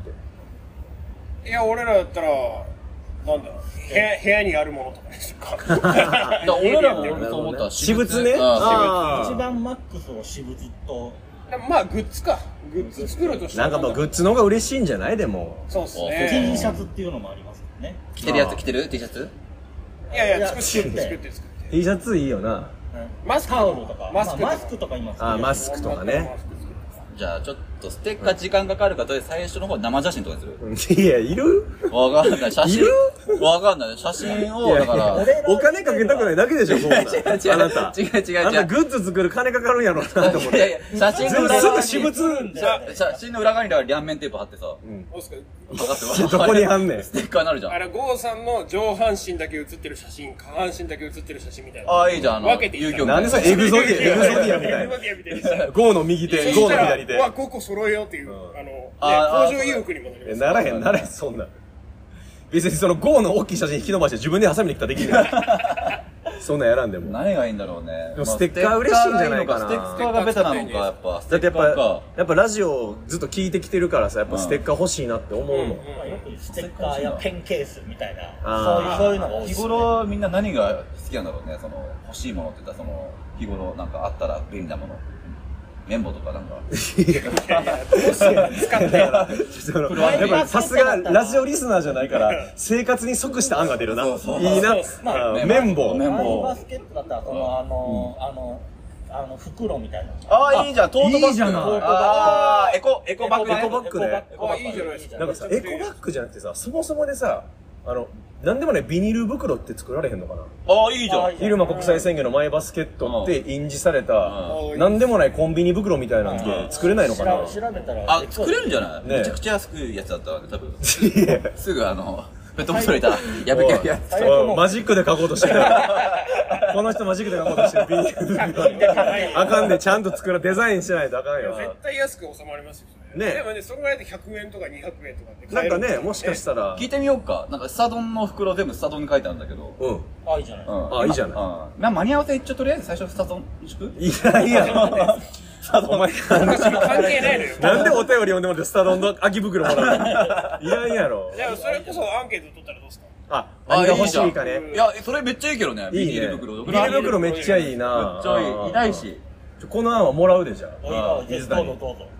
いや、俺らだったら、なんだ、部屋、部屋にあるものとかですか。 俺らもそう思った。 私物ね。 一番マックスを私物と、 まあグッズか。グッズ作るとしてなんかまあグッズの方が嬉しいんじゃないでも。 そうっすね。 T シャツっていうのもありますね。 着てるやつ着てる T シャツ？ いやいや、作って作って作って。 T シャツいいよな。 マスクタオルとか。マスクとか今。 あ、マスクとかね。 じゃあちょっとステッカー時間かかるかと最初の方生写真とかにする？いや、いる？ わかんない。写真？いる？わかんない。写真を、だから。 お金かけたくないだけでしょ、こんな。あなた。 違う違う違う。あなたグッズ作る金かかるんやろなと思って。いやいや、写真の裏側に。 すぐ私物。 写真の裏側に両面テープ貼ってさ。うん。 どこに貼んねん。 ステッカーになるじゃん。 あれ、ゴーさんの上半身だけ写ってる写真、下半身だけ写ってる写真みたいな。 ああ、いいじゃん。 分けていい。 なんでそれエグゾディア、エグゾディアみたいな。ゴーの右手、ゴーの左手。 わ、ごこ揃えようっていう、あの、工場意欲にもなります。 ならへん、ならへん、そんな。別にそのゴーの大きい写真引き伸ばして自分でハサミに来たらできる。そんなんやらんでも。 何がいいんだろうね。 ステッカー嬉しいんじゃないかな。 ステッカーがベタなのか、やっぱ。 だってやっぱ、やっぱラジオずっと聞いてきてるからさ、やっぱステッカー欲しいなって思うもん。よくステッカーやペンケースみたいな、そういうのが多い。 日頃みんな何が好きなんだろうね、その、欲しいものって言ったら、その、日頃なんかあったら便利なもの。綿棒とかなんか。いやいや、どうして使ってやっぱさすがラジオリスナーじゃないから、生活に即した案が出るな。いいな。綿棒。 綿棒。バスケットだったら、その、あの、あの、あの、袋みたいな。 ああ、いいじゃん、トートバッグ。 いいじゃん。 ああ、エコ、エコバッグね。 エコバッグね。 あ、いいじゃないですか。 なんかさ、エコバッグじゃなくてさ、そもそもでさ、あの、なんでもね、ビニール袋って作られへんのかな。 ああ、いいじゃん。 入間国際宣言のマイバスケットって印字された、なんでもないコンビニ袋みたいなんて作れないのかな。 調べたら。 あ、作れるんじゃない？めちゃくちゃ安くやつだったわね、多分。すぐあの、ペットボトル入れたら、やべけやつ。 マジックで書こうとしてる。この人マジックで書こうとしてる。ビニール袋。あかんで、ちゃんと作る、デザインしないとあかんよ。 絶対安く収まりますよ。ね、でもね、そのぐらいでひゃくえんとかにひゃくえんとかって買える、ね、なんかね、もしかしたら。 聞いてみようか。なんか、スタ丼の袋全部スタ丼に書いてあるんだけど。 うん。 あ、いいじゃない。 うん。あ、いいじゃない。 うん。まあ、間に合わせ一応とりあえず最初スタ丼にしく？ いやいや。スタ丼。お前、 関係ないのよ。 なんでお便り読んでもらってスタ丼の空き袋もらうの？いらんやろ。 でもそれこそアンケート取ったらどうすか？ あ、何が欲しいかね。 いや、それめっちゃいいけどね。ビニール袋。 ビニール袋めっちゃいいな。 めっちゃいい。いないし。 この案はもらうでじゃあ。水谷。どうぞどうぞ。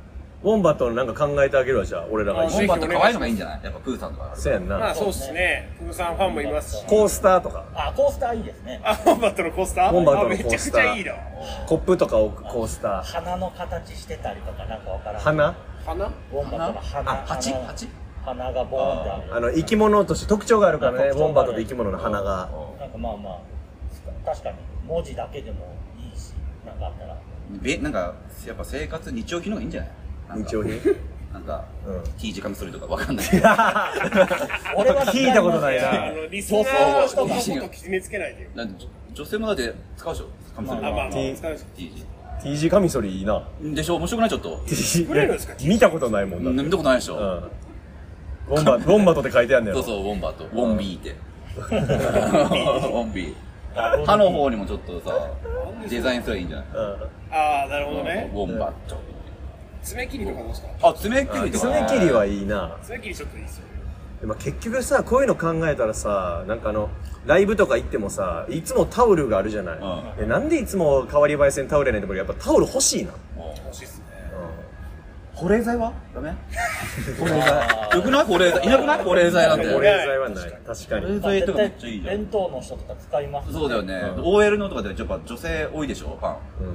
ウォンバットのなんか考えてあげるわ、じゃあ、俺らが。 ウォンバット可愛いのがいいんじゃない？やっぱプーさんとか。 そうやんな。 まあそうっすね。プーさんファンもいますし。 コースターとか。 あ、コースターいいですね。 あ、ウォンバットのコースター？ ウォンバットのコめちゃくースター。 ちゃいいな。 コップとか置くコースター。 花の形してたりとかなんかわからん。 花？ 花？ ウォンバットの花。 あ、蜂？蜂？ 花がボーンってある。 あの、生き物として特徴があるからね、ウォンバットと生き物の花が。 なんかまあまあ、確かに文字だけでもいいし、なんかあったら。 べ、なんか、やっぱ生活、日用品の方がいいんじゃない？ 日用品？ なんか、 うん。 T 字カミソリとかわかんない。 俺は聞いたことないな。 あの、リスナーの人のこと決めつけないでよ。 女性もだって使うでしょ？カミソリ。 あ、まあまあ、使うでしょ。 T 字。 T 字カミソリいいな。 でしょ？面白くないちょっと。 作れるんですか？ 見たことないもんな。 見たことないでしょ？ うん。ウォンバット、ウォンバットって書いてあるんだよ。 そうそう、ウォンバット。ウォンビーって。ウォンビー。歯の方にもちょっとさ、デザインすればいいんじゃない？ ああ、なるほどね。 ウォンバット。 爪切りとかどうですか？ あ、爪切りとか。 爪切りはいいな。 爪切りちょっといいっすよ。 でも結局さ、こういうの考えたらさ、なんかあの、ライブとか行ってもさ、いつもタオルがあるじゃない。うん、なんでいつも代わり映えせんタオルやねんって、やっぱタオル欲しいな。 欲しいっすね。 保冷剤はダメ？保冷剤。よくない保冷剤。いなくない保冷剤なんて。 保冷剤はない。確かに。 保冷剤とかめっちゃいいじゃん。 弁当の人とか使います。 そうだよね。オーエル のとかでやっぱ女性多いでしょ、ファン。うん。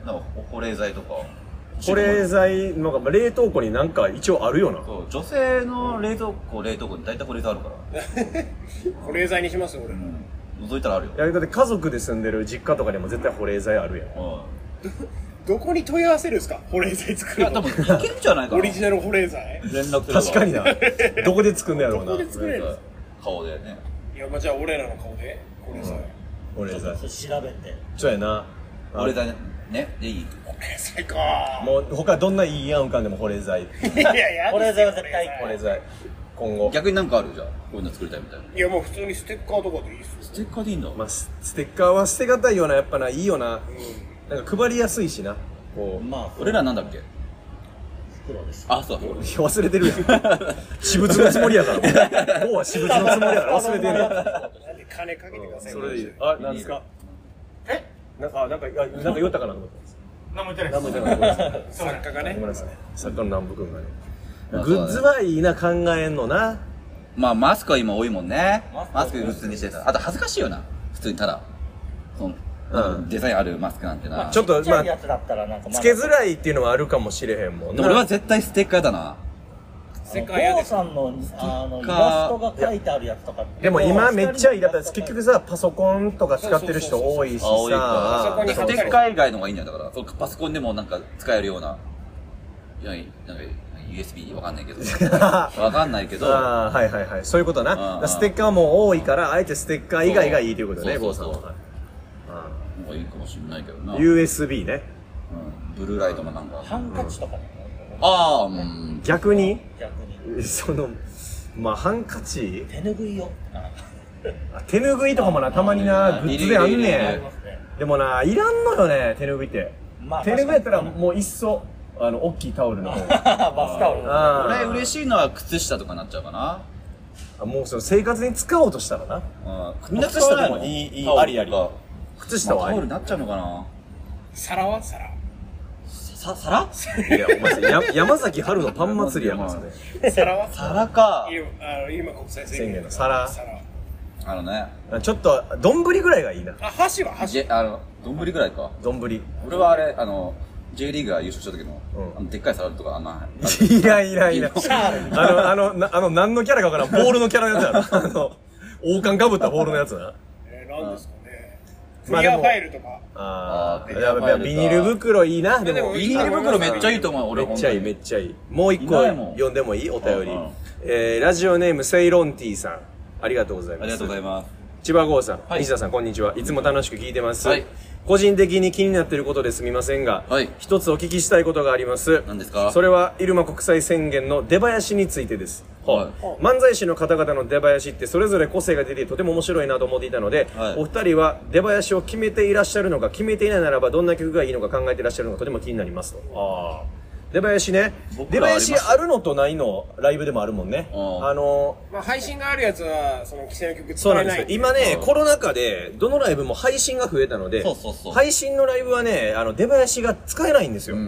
なんか保冷剤とか。 保冷剤のが冷凍庫になんか一応あるよな。 そう、女性の冷蔵庫、冷凍庫に大体保冷剤あるから。 保冷剤にしますよ、俺。うん。 覗いたらあるよ。 いや、だって家族で住んでる実家とかでも絶対保冷剤あるやん。うん。 どこに問い合わせるんですか？保冷剤作るの。 いや、多分いけるんじゃないかな。 オリジナル保冷剤？ 連絡すれば。 確かにな。どこで作るんだろうな。 どこで作れるんですか？ 顔でね。 いや、まあじゃあ俺らの顔で保冷剤。 保冷剤。 調べて。 そうやな。 保冷剤ね。ね、でいい。 保冷剤か。 もう他どんないい案浮かんでも保冷剤。いやいや、 保冷剤は絶対保冷剤。今後。 逆になんかあるじゃん。こういうの作りたいみたいな。 いや、もう普通にステッカーとかでいいっすよ。 ステッカーでいいんだ。 まあ、ステッカーは捨てがたいよな、やっぱな、いいよな。なんか配りやすいしな。こう。 まあ、俺らなんだっけ？ 袋です。 あ、そう。 忘れてるやん。私物のつもりやから。こうは私物のつもりやから忘れてるやん。 なんで金かけてください。 それでいい。あ、なんですか？え？なんか、なんか、なんか言ったかなと思ったんです。 何も言ってない何も言ってない。 作家がね。 ごめんなさい。作家の南部君がね。グッズはいいな、考えんのな。 まあ、マスクは今多いもんね。マスクグッズにしてた。あと恥ずかしいよな。普通にただ。その、デザインあるマスクなんてな。 ちょっと、まあ、つけづらいっていうのはあるかもしれへんもん。 俺は絶対ステッカーだな。 ステッカーやで。さんの、あの、イラストが書いてあるやつとか。 でも今めっちゃいい。だったら結局さ、パソコンとか使ってる人多いしさ。 ステッカー以外の方がいいんだよ。だから、パソコンでもなんか使えるような。いや、なんか、ユーエスビー わかんないけど。わかんないけど。 ああ、はいはいはい。そういうことな。ステッカーも多いから、あえてステッカー以外がいいということね、郷さんは。 なんかいいかもしれないけどな。 ユーエスビー ね。 うん。ブルーライトのなんか。 ハンカチとかも。 ああ、うん。 逆に逆に。 その、まあ、ハンカチ手拭いよ。 手拭いとかもな、たまにな、グッズであんねん。でもな、いらんのよね、手拭いって。手拭いやったらもういっそ、あの、大きいタオルの方。 バスタオル。 俺嬉しいのは靴下とかになっちゃうかな。 あ、もうその生活に使おうとしたらな。 みんな靴下でもいい、いい、ありあり。靴下はあり。 タオルになっちゃうのかな。 皿は皿。 さ、皿？ いや、お前、山崎春のパン祭りやもんね。 皿は皿か。 今国際宣言の皿。 あのね。 ちょっと、丼ぐらいがいいな。 あ、箸は箸。 あの、丼ぐらいか。 丼。 俺はあれ、あの、J リーグが優勝した時の、あの、でっかい皿とか、あんな。 いやいやいや。あの、あの、あの、何のキャラかわからん。ボールのキャラのやつやろ。あの、王冠かぶったボールのやつな。 え、なんですかね。クリアファイルとか。 ああ、やばい、ビニール袋いいな。 でも、ビニール袋めっちゃいいと思う、俺。 めっちゃいい、めっちゃいい。もう一個読んでもいい？お便り。えー、ラジオネーム、セイロンティーさん。ありがとうございます。 ありがとうございます。 千葉郷さん、西田さん、こんにちは。いつも楽しく聞いてます。はい。個人的に気になっていることですみませんが、はい、一つお聞きしたいことがあります。 何ですか？ それは、入間国際宣言の出囃子についてです。はい、漫才師の方々の出囃子ってそれぞれ個性が出てとても面白いなと思っていたので、はい、お二人は出囃子を決めていらっしゃるのか、決めていないならばどんな曲がいいのか考えていらっしゃるのかとても気になりますと。あー。出囃子ね。出囃子あるのとないのライブでもあるもんね。あのまあ配信があるやつはその規制の曲使えない。 そうなんですよ。今ね、コロナ禍でどのライブも配信が増えたので、配信のライブはね、あの出囃子が使えないんですよ。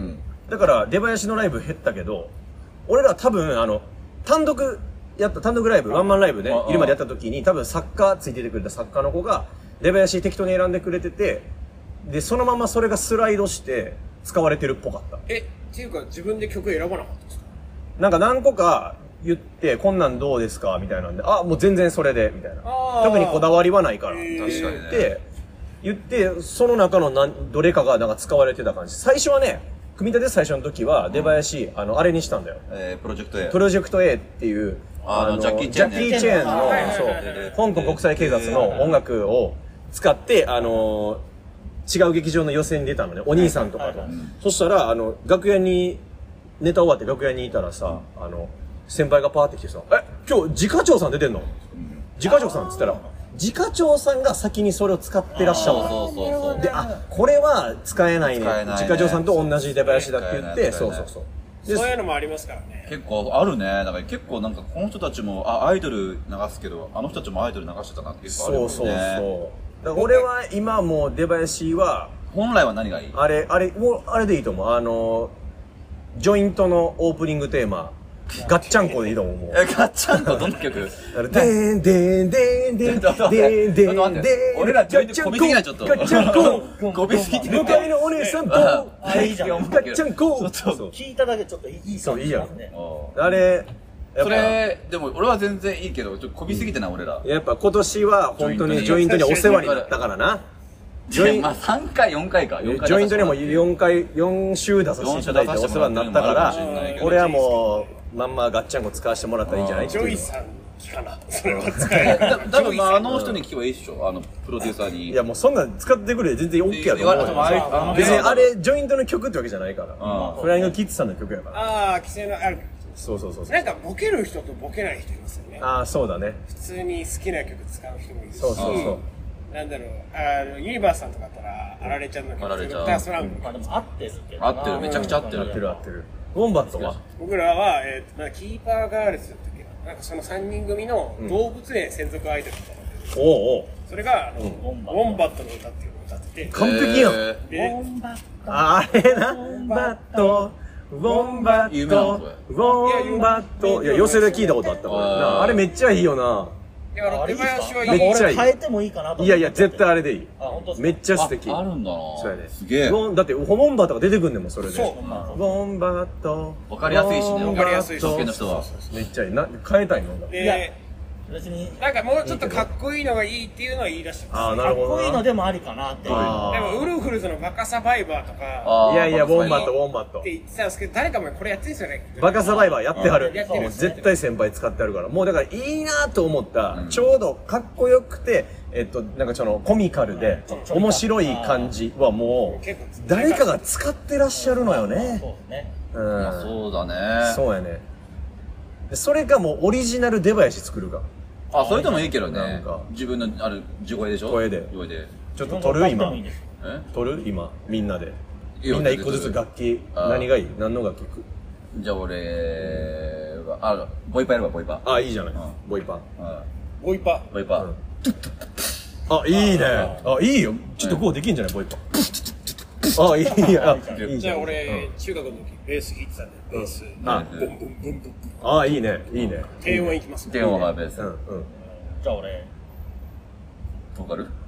だから出囃子のライブ減ったけど、俺ら多分あの単独やった単独ライブワンマンライブねいるまでやった時に多分作家ついててくれた作家の子が出囃子適当に選んでくれてて、でそのままそれがスライドして使われてるっぽかった。 えっていうか自分で曲選ばなかったんですか？ なんか何個か言ってこんなんどうですかみたいなんで、あもう全然それでみたいな、特にこだわりはないから確かにね言ってその中の何どれかがなんか使われてた感じ。最初はね組み立て最初の時は出囃子、うん、あのあれにしたんだよ、 えー、プロジェクト A プロジェクト A っていうあのジャッキー・チェーンのそう香港国際警察の音楽を使ってあの違う劇場の予選に出たのね、お兄さんとかと、はいはいはい、そしたらあの楽屋にネタ終わって楽屋にいたらさ、うん、あの先輩がパーって来てさ、え今日自家長さん出てんの、うん、自家長さんっつったら自家長さんが先にそれを使ってらっしゃる。そうそうそう。で、あ、これは使えないね。ね自家長さんと同じ出囃子だって言って、そうそうそう。 そういうのもありますからね。 結構あるね。だから結構なんかこの人たちも、あ、アイドル流すけど、あの人たちもアイドル流してたなって結構あるもんね。そうそうそう。だから俺は今もう出囃子は、本来は何がいい？あれ、あれ、もうあれでいいと思う。あの、ジョイントのオープニングテーマ。ガッチャンコでいいと思う。え、ガッチャンコどんな曲？でーんでーんでーんでーんでーんでーんでーんでーん。俺らジョイントこびすぎないちょっと。ガッチャンコこびすぎてる。向かいのお姉さんと、ガッチャンコ聞いただけちょっといい感じしますね。 あれ、 それ、でも俺は全然いいけど、ちょっとこびすぎてない俺ら。 やっぱ今年は本当にジョイントにお世話になったからな。 ジョイント、まあさんかい、よんかいか。 ジョイントにもよんかい、よん週出させていただいてお世話になったから、俺はもう、まんまガッチャンコ使わせてもらったらいいんじゃないジョイさんかなそれは使えない。 多分まああの人に聞けばいいっしょ、あのプロデューサーに。 いやもうそんなん使ってくれ全然 OK やと思うよ。別にあれジョイントの曲ってわけじゃないから、フライングキッズさんの曲やから。 ああ規制のある。 そうそうそうそう。 なんかボケる人とボケない人いますよね。 ああそうだね。 普通に好きな曲使う人もいるし。 そうそうそう。 なんだろう、あのユニバースさんとかだったらあられちゃんの曲、ドクタースランプ。 あでも合ってるけど。 合ってる、めちゃくちゃ合ってる。 合ってる合ってる。ウォンバットは僕らは、えー、なんかキーパーガールズだったっけな、なんかそのさんにん組の動物園専属アイドルみたいなのが出て、うん、おうおうそれが、うん、ウォンバットの歌っていうのを歌ってて完璧やん。ウォンバットあれな、ウォンバットウォンバットウォンバットいや寄せで聞いたことあったからな、あれめっちゃいいよな。 いや出囃子はいい。 めっちゃいい。 変えてもいいかなと思って。 いやいや絶対あれでいい。めっちゃ素敵。 あるんだな。 そうやね。 すげえ。 だってウォンバットが出てくんねんもんそれで。 そう。 ウォンバット。 わかりやすいしね。 わかりやすいし。 初見の人は。 めっちゃいい。な変えたいのだ。 いや別になんかもうちょっとかっこいいのがいいっていうのは言い出してます。 ああなるほど。 かっこいいのでもありかなって。でもウルフルズのバカサバイバーとか。 いやいやウォンバットウォンバット。 って言ってたんですけど誰かもこれやってるんですよね。 バカサバイバーやってはる。もう絶対先輩使ってあるから。もうだからいいなと思ったちょうどかっこよくてえっとなんかそのコミカルで面白い感じはもう誰かが使ってらっしゃるのよね。 そうね。 うん。そうだね。 そうやね。それがもうオリジナル出囃子作るか。 あ、それでもいいけどね。自分のある地声でしょ。 声で。 声で。 ちょっと撮る今。撮る今みんなで。みんな一個ずつ楽器何がいい？何の楽器？ じゃあ俺はあボイパやればボイパ。 あいいじゃない。ボイパ。 ボイパ。 ボイパ。 あいいね。あいいよ。ちょっとこうできんじゃないボイパ。あいいや。 じゃあ俺中学の時ベース弾いてたんでベース。 あボンボンボンボン。 あいいねいいね。 低音いきます。 低音がベース。うんうん。 じゃあ俺ボーカル。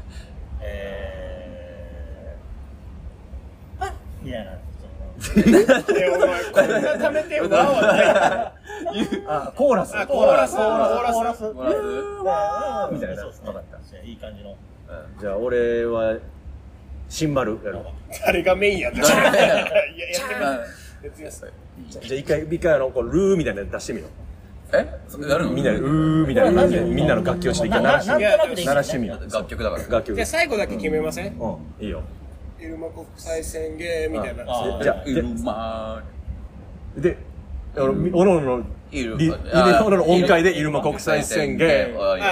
えーあみたいな。 お前こんな貯めてわはあコーラス。 あコーラスコーラスコーラス。 コーラスみたいな。 そうですね。分かった。いい感じの。 じゃあ俺はシンバルやろう。 誰がメインやった？いややってみます。 じゃあ一回一回あのこうルーみたいなの出してみよう。 え？やるの？ みんなでうーみたいな感じでみんなの楽器をして一回鳴らしてみよう。鳴らしてみよう。 楽曲だから。 楽曲。 じゃあ最後だけ決めません？ うんいいよ。 イルマ国際宣言みたいな。 じゃあイルマであのおのおのイルおのの音階でイルマ国際宣言。 はい。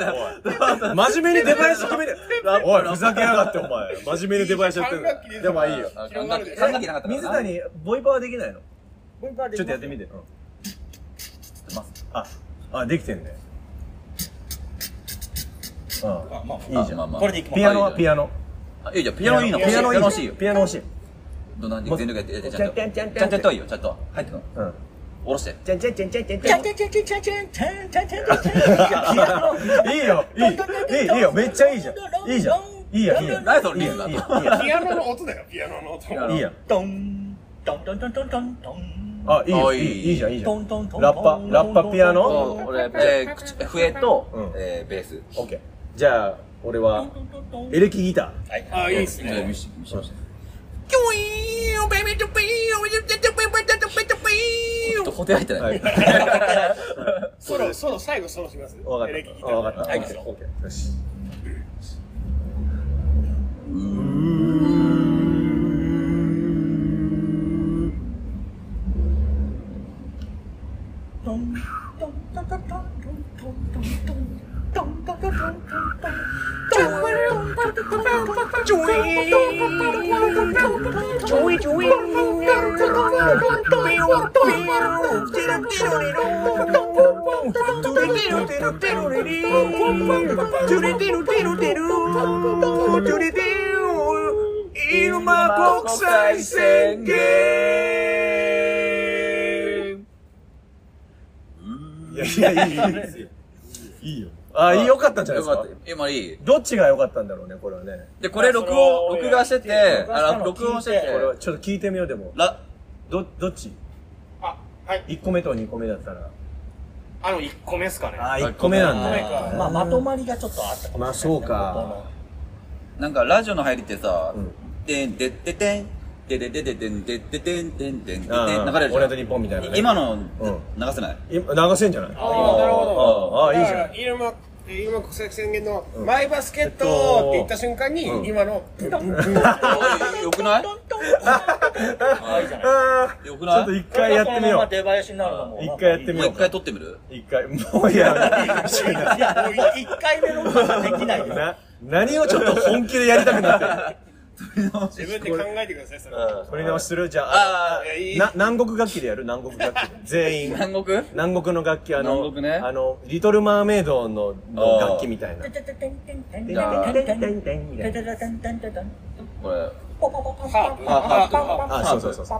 真面目に出囃子決めて。おい、ふざけやがって、お前。真面目に出囃子やってる。でもいいよ。 管楽器なかったから。 水谷、ボイパはできないの？ ボイパでちょっとやってみて。あ、あ、できてんね。うん。いいじゃん。 これでいきます。 ピアノはピアノ。 あ、いいじゃん。ピアノいいの。 ピアノ欲しいよ。 ピアノ欲しい。 どんな全力やって、ちゃんと。ちゃんちゃんちゃんといいよ、ちゃんと。入っての。うん。下ろして。 ちゃんちゃんちゃんちゃんちゃんちゃんちゃんちゃんちゃんちゃんちゃんちゃんちゃんちゃんちゃん。 いいよ、いい、いい、いいよ、めっちゃいいじゃん。いいじゃん。いいや、いいや。 何そのリズムだと。 ピアノの音だよ、ピアノの音。 いいや。 ドン、ドンドンドンドンドンドン。 あ、いいよ、いい、いいじゃん、いいじゃん。ラッパ、ラッパピアノ？ 俺、えー、口、笛と、えー、ベース。 オッケー。じゃあ、俺は、エレキギター。 はい。あ、いいっすね。 見しました。ちょっと補填入ってない。 ソロ、ソロ、最後ソロします。 わかった。 エレキギター。 わかった。 はい。 オッケー。よし。イルマ国際宣言。いやいや、いいですよ。いいよ。あ、よかったんじゃないですか。 今いい。 どっちが良かったんだろうね、これはね。 で、これ録音、録画してて、あ、録音してて。 これはちょっと聞いてみよう、でも。ら、ど、どっち？ あ、はい。 いっこめとにこめだったら。 あの、いっこめっすかね。 あ、いっこめなんだ。 まあ、まとまりがちょっとあったかもしれない。 まあ、そうか。 なんか、ラジオの入りってさ、でんでっててん、でででででんでででんでんでんでん流れるじゃん。 俺と日本みたいな。 今の、流せない？ 流せんじゃない？ ああ、なるほど。 ああ、いいじゃん。 イルマ、イルマ国際宣言の、マイバスケットって言った瞬間に、今の、 よくない？よくない？ ちょっと一回やってみよう。 出囃子になるのも。 一回やってみよう。 もう一回撮ってみる？ 一回、もういや、 いや、もう一回目のことはできないよ。 な、何をちょっと本気でやりたくなってる。 自分で考えてください、それは。 取り直しする？じゃあ、な、南国楽器でやる？南国楽器。全員。 南国？ 南国の楽器、あの、 南国ね。 あの、リトルマーメイドの楽器みたいな。これ。 あ、そうそうそう。そう。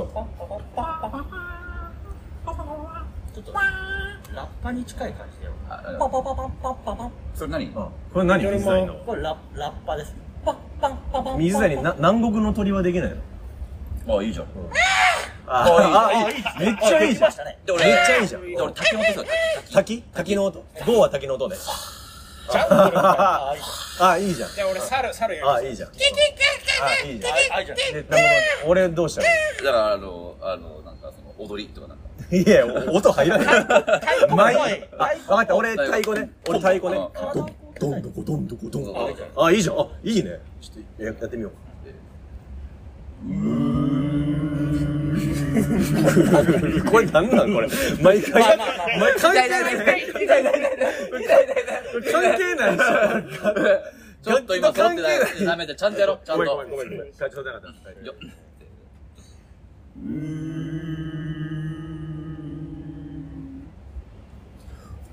ちょっと、ラッパに近い感じだよ。 それ何？ これ何？水谷の。 これラッパです。 水谷、南国の鳥はできないの？あ、いいじゃん。 ああ、いい。めっちゃいいじゃん。めっちゃいいじゃん。 俺、滝の音する。 滝？滝の音？ゴーは滝の音ね。あ、いいじゃん。 じゃあ俺、猿、猿やる。 あ、いいじゃん。あ、いいじゃん。俺どうしたの？ だから、あの、あの、なんか、その、踊りとかなんか。 いや、音入らない。マイ、あ、わかった、俺、太鼓ね。俺、太鼓ね。ドンドコドンドコドン。あ、いいじゃん。あ、いいね。ちょっと、やってみよう。これなんなんこれ。毎回、毎回関係ない。関係ない。 ちょっと今、揃ってない。ダメだ、ちゃんとやろう。ちゃんと。 ごめんごめんごめん。ちゃんとなかった。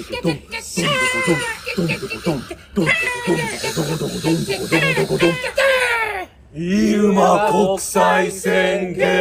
イルマ国際宣言。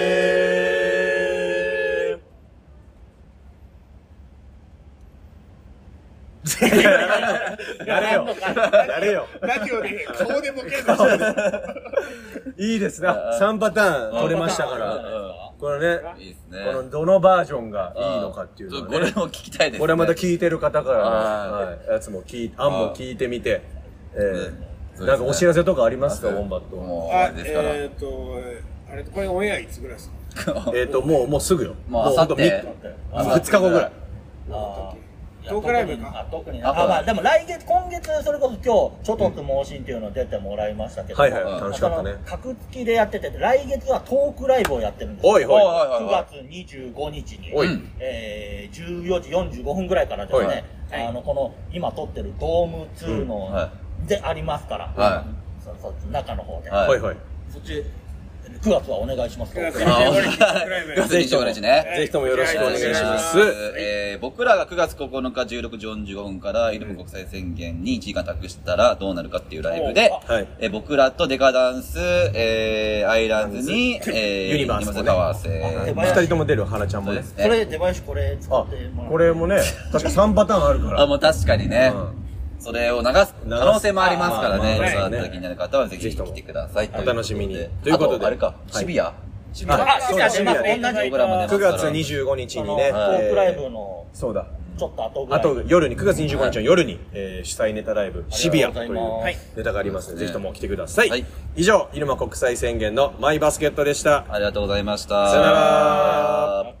やれよ。やれよ。 ラジオで顔でボケるの。 いいですね。さんパターン取れましたから。これね、 いいですね。 このどのバージョンがいいのかっていうのこれも聞きたいですね。 これまた聞いてる方からのやつも聞いて、案も聞いてみて、なんかお知らせとかありますか、ウォンバット。 もう、あれですから。 えっと、あれ、これオンエアいつぐらいですか？えっと、もう、もうすぐよ。 もうあさって。 ふつかごぐらい。 トークライブか。 特に。あ、まあ、でも来月、今月、それこそ今日、ちょとつ盲信っていうの出てもらいましたけど、 はいはい、楽しかったね。 格付きでやってて、来月はトークライブをやってるんですよ。 おいおい。 くがつにじゅうごにちに、えー、じゅうよじよんじゅうごふんぐらいからですね、あの、この、今撮ってるドームツーの、でありますから、そそ中の方で。 はいはい。 そっち、くがつはお願いします。 くがつにじゅうごにちね。 ぜひともよろしくお願いします。 えー、僕らがくがつここのかじゅうろくじよんじゅうごふんからイルム国際宣言にいちじかん託したらどうなるかっていうライブで、えー、僕らとデカダンス、えー、アイランズに、えー、 ユニバースカワセ。 二人とも出る花ちゃんもね。 これ、出囃子これ使ってもらう。 これもね、確かさんパターンあるから。 あ、もう確かにね。それを流す可能性もありますからね。そうだった気になる方はぜひ来てください。 お楽しみに。ということで。 あれか、シビアシビア。シビア出ます。同じプログラム出ます。 くがつにじゅうごにちにね。 トークライブの。 そうだ。 ちょっと後ぐらい。 あと夜に、くがつにじゅうごにちの夜に、えー、主催ネタライブ、シビアというネタがありますので、ぜひとも来てください。はい、以上、イルマ国際宣言のマイバスケットでした。 ありがとうございました。 さよなら。